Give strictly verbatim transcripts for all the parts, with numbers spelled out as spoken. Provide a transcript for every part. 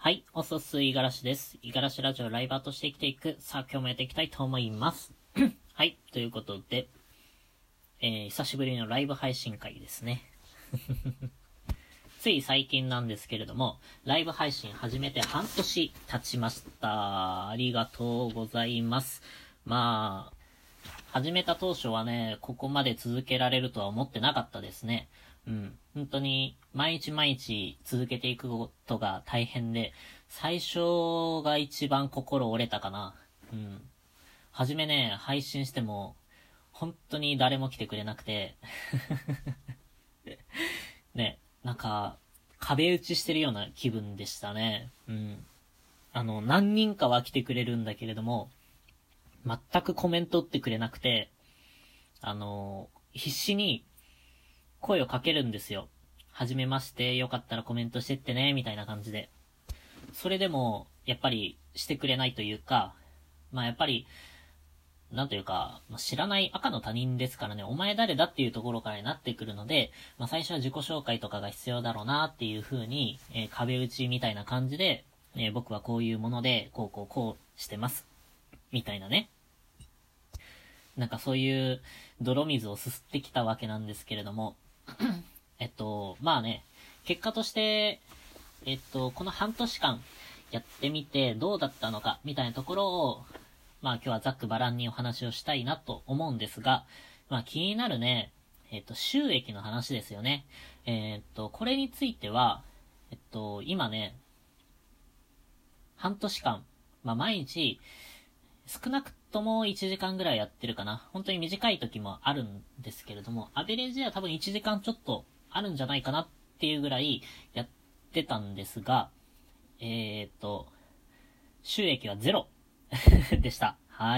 はい、おそすいがらしです。いがらしラジオライバーとして生きていく。さあ、今日もやっていきたいと思います。はい、ということで、えー、久しぶりのライブ配信会ですね。つい最近なんですけれども、ライブ配信始めて半年経ちました。ありがとうございます。まあ、始めた当初はね、ここまで続けられるとは思ってなかったですね。うん。本当に、毎日毎日続けていくことが大変で、最初が一番心折れたかな。うん。はじめね、配信しても、本当に誰も来てくれなくて、ね、なんか、壁打ちしてるような気分でしたね。うん。あの、何人かは来てくれるんだけれども、全くコメント打ってくれなくて、あの、必死に声をかけるんですよ。はじめまして、よかったらコメントしてってね、みたいな感じで。それでも、やっぱりしてくれないというか、まあやっぱり、なんというか、知らない赤の他人ですからね、お前誰だっていうところからになってくるので、まあ最初は自己紹介とかが必要だろうなっていう風に、えー、壁打ちみたいな感じで、えー、僕はこういうもので、こうこうこうしてます。みたいなね。なんかそういう泥水をすすってきたわけなんですけれども、えっと、まあね、結果として、えっと、この半年間やってみてどうだったのか、みたいなところを、まあ今日はざっくばらんにお話をしたいなと思うんですが、まあ気になるね、えっと、収益の話ですよね。えっと、これについては、えっと、今ね、半年間、まあ毎日、少なくともいちじかんぐらいやってるかな。本当に短い時もあるんですけれども、アベレージでは多分いちじかんちょっとあるんじゃないかなっていうぐらいやってたんですが、えーっと、収益はゼロでした。はい。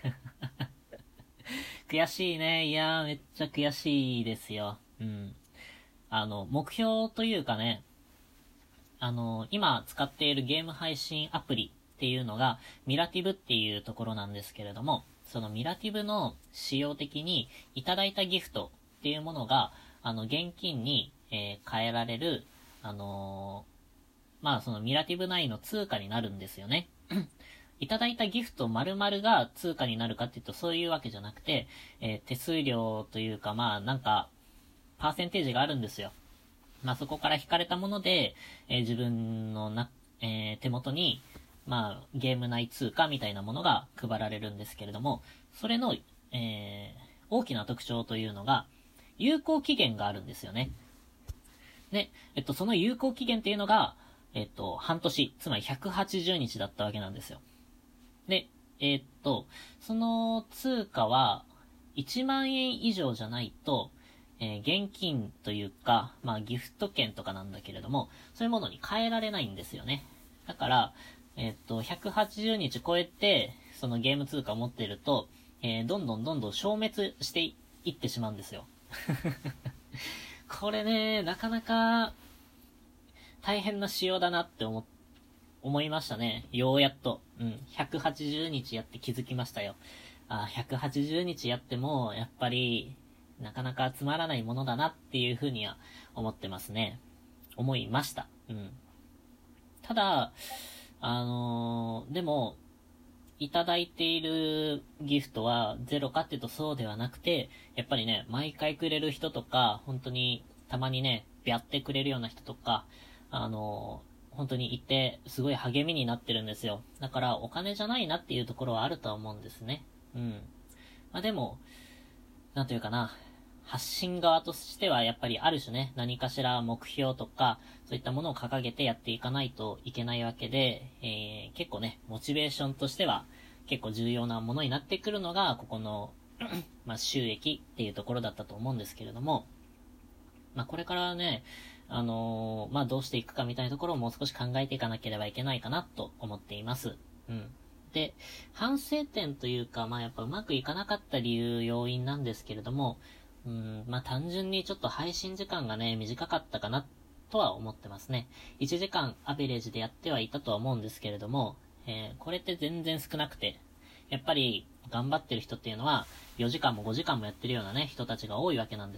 悔しいね。いやー、めっちゃ悔しいですよ。うん。あの、目標というかね、あの、今使っているゲーム配信アプリっていうのが、ミラティブっていうところなんですけれども、そのミラティブの仕様的にいただいたギフトっていうものが、あの、現金に、えー、変えられる、あのー、まあ、そのミラティブ内の通貨になるんですよね。いただいたギフト〇〇が通貨になるかっていうとそういうわけじゃなくて、えー、手数料というかまあなんか、パーセンテージがあるんですよ。まあそこから引かれたもので、えー、自分のな、えー、手元に、まあゲーム内通貨みたいなものが配られるんですけれども、それの、えー、大きな特徴というのが、有効期限があるんですよね。で、えっと、その有効期限っていうのが、えっと、半年、つまりひゃくはちじゅうにちだったわけなんですよ。で、えー、っと、その通貨はいちまんえん以上じゃないと、えー、現金というか、まあギフト券とかなんだけれども、そういうものに変えられないんですよね。だから、えー、っと、ひゃくはちじゅうにち超えて、そのゲーム通貨を持っていると、えー、どんどんどんどん消滅していってしまうんですよ。これね、なかなか大変な仕様だなって思って、思いましたね。ようやっと。うん。ひゃくはちじゅうにちやって気づきましたよ。あ、ひゃくはちじゅうにちやっても、やっぱり、なかなかつまらないものだなっていうふうには思ってますね。思いました。うん。ただ、あのー、でも、いただいているギフトはゼロかっていうとそうではなくて、やっぱりね、毎回くれる人とか、本当にたまにね、ビャってくれるような人とか、あのー、本当にいて、すごい励みになってるんですよ。だから、お金じゃないなっていうところはあるとは思うんですね。うん。まあでも、なんというかな、発信側としてはやっぱりある種ね、何かしら目標とか、そういったものを掲げてやっていかないといけないわけで、えー、結構ね、モチベーションとしては結構重要なものになってくるのが、ここのまあ収益っていうところだったと思うんですけれども、まあこれからね、あのー、まあどうしていくかみたいなところをもう少し考えていかなければいけないかなと思っています。うん。で、反省点というか、まあやっぱうまくいかなかった理由、要因なんですけれども、うん、まあ単純にちょっと配信時間がね、短かったかなとは思ってますね。いちじかんアベレージでやってはいたとは思うんですけれども、えー、これって全然少なくて、やっぱり頑張ってる人っていうのはよじかんもごじかんもやってるようなね、人たちが多いわけなんですよ。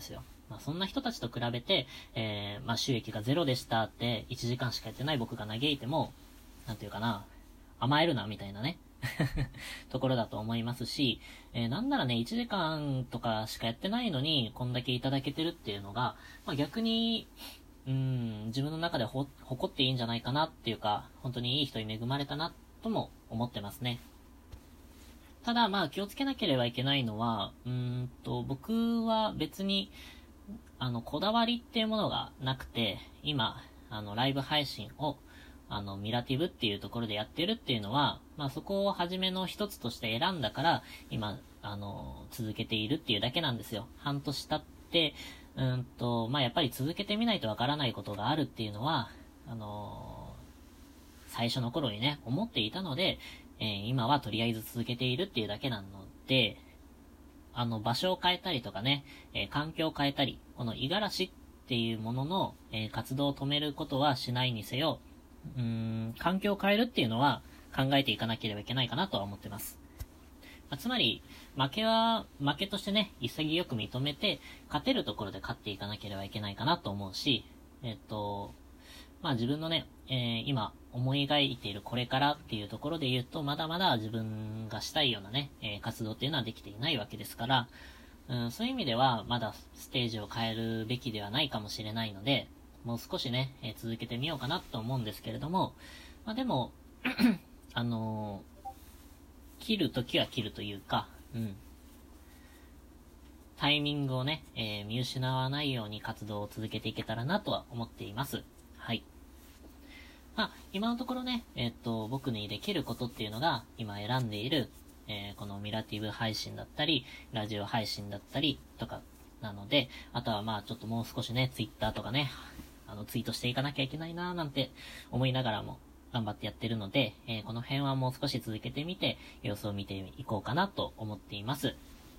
まあそんな人たちと比べて、えー、まあ収益がゼロでしたっていちじかんしかやってない僕が嘆いても、なんていうかな、甘えるな、みたいなね。ところだと思いますし、えー、なんならね、いちじかんとかしかやってないのに、こんだけいただけてるっていうのが、まあ逆に、うーん、自分の中でほ、誇っていいんじゃないかなっていうか、本当にいい人に恵まれたな、とも思ってますね。ただ、まあ気をつけなければいけないのは、うーんと、僕は別に、あの、こだわりっていうものがなくて、今、あの、ライブ配信を、あの、ミラティブっていうところでやってるっていうのは、まあそこを初めの一つとして選んだから、今、あの、続けているっていうだけなんですよ。半年経って、うんと、まあやっぱり続けてみないとわからないことがあるっていうのは、あの、最初の頃にね、思っていたので、えー、今はとりあえず続けているっていうだけなので、あの、場所を変えたりとかね、えー、環境を変えたり、この五十嵐っていうものの、えー、活動を止めることはしないにせよ、うーん、環境を変えるっていうのは考えていかなければいけないかなとは思ってます。まあ、つまり、負けは、負けとしてね、潔く認めて、勝てるところで勝っていかなければいけないかなと思うし、えっと、まあ自分のね、えー、今思い描いているこれからっていうところで言うと、まだまだ自分がしたいようなね、えー、活動っていうのはできていないわけですから、うん、そういう意味では、まだステージを変えるべきではないかもしれないので、もう少しね、えー、続けてみようかなと思うんですけれども、まあでも、あのー、切るときは切るというか、うん。タイミングをね、えー、見失わないように活動を続けていけたらなとは思っています。はい。まあ、今のところね、えー、っと、僕にできることっていうのが、今選んでいる、えー、このミラティブ配信だったり、ラジオ配信だったりとか、なので、あとはまあ、ちょっともう少しね、ツイッターとかね、あの、ツイートしていかなきゃいけないなーなんて思いながらも、頑張ってやってるので、えー、この辺はもう少し続けてみて、様子を見ていこうかなと思っています。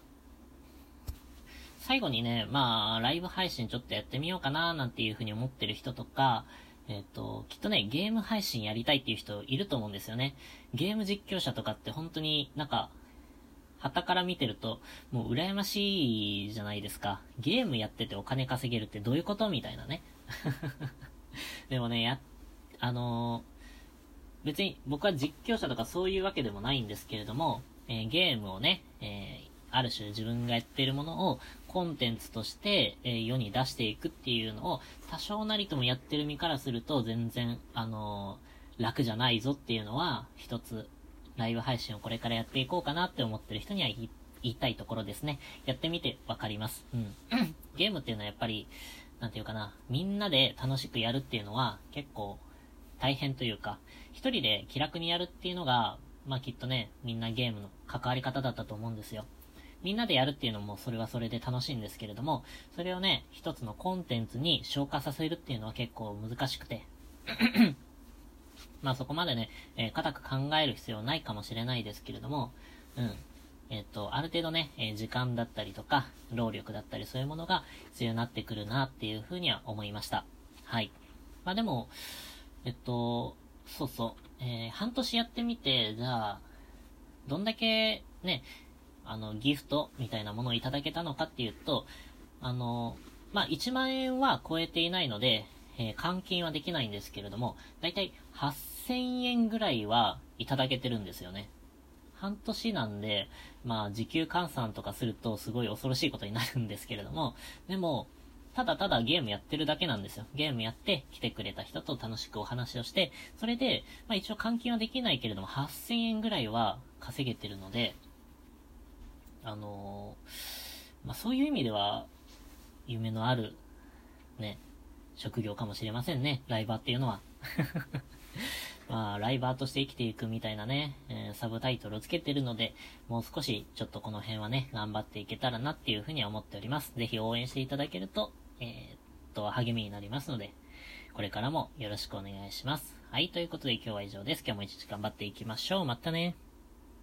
最後にね、まあ、ライブ配信ちょっとやってみようかななんていう風に思ってる人とか、えっと、きっとね、ゲーム配信やりたいっていう人いると思うんですよね。ゲーム実況者とかって本当になんか、旗から見てると、もう羨ましいじゃないですか。ゲームやっててお金稼げるってどういうことみたいなね。でもね、や、あのー、別に僕は実況者とかそういうわけでもないんですけれども、えー、ゲームをね、えー、ある種自分がやっているものをコンテンツとして、えー、世に出していくっていうのを多少なりともやってる身からすると全然、あのー、楽じゃないぞっていうのは一つライブ配信をこれからやっていこうかなって思ってる人には言い言いたいところですね。やってみてわかります。うん。ゲームっていうのはやっぱり、なんていうかな、みんなで楽しくやるっていうのは結構大変というか、一人で気楽にやるっていうのが、まあきっとね、みんなゲームの関わり方だったと思うんですよ。みんなでやるっていうのもそれはそれで楽しいんですけれども、それをね、一つのコンテンツに消化させるっていうのは結構難しくて。まあそこまでね、えー、固く考える必要ないかもしれないですけれども、うん。えっと、ある程度ね、えー、時間だったりとか、労力だったりそういうものが必要になってくるなっていうふうには思いました。はい。まあでも、えっと、そうそう、えー、半年やってみて、じゃあ、どんだけね、あの、ギフトみたいなものをいただけたのかっていうと、あの、まあ、いちまん円は超えていないので、えー、換金はできないんですけれども、だいたいはっせんえんぐらいはいただけてるんですよね。半年なんで、まあ、時給換算とかするとすごい恐ろしいことになるんですけれども、でも、ただただゲームやってるだけなんですよ。ゲームやって来てくれた人と楽しくお話をして、それで、まあ一応換金はできないけれども、はっせんえんぐらいは稼げてるので、あのー、まあそういう意味では、夢のある、ね、職業かもしれませんね。ライバーっていうのは。まあ、ライバーとして生きていくみたいなね、えー、サブタイトルをつけてるので、もう少しちょっとこの辺はね、頑張っていけたらなっていうふうには思っております。ぜひ応援していただけると、えー、っと、励みになりますので、これからもよろしくお願いします。はい、ということで今日は以上です。今日も一日頑張っていきましょう。またね。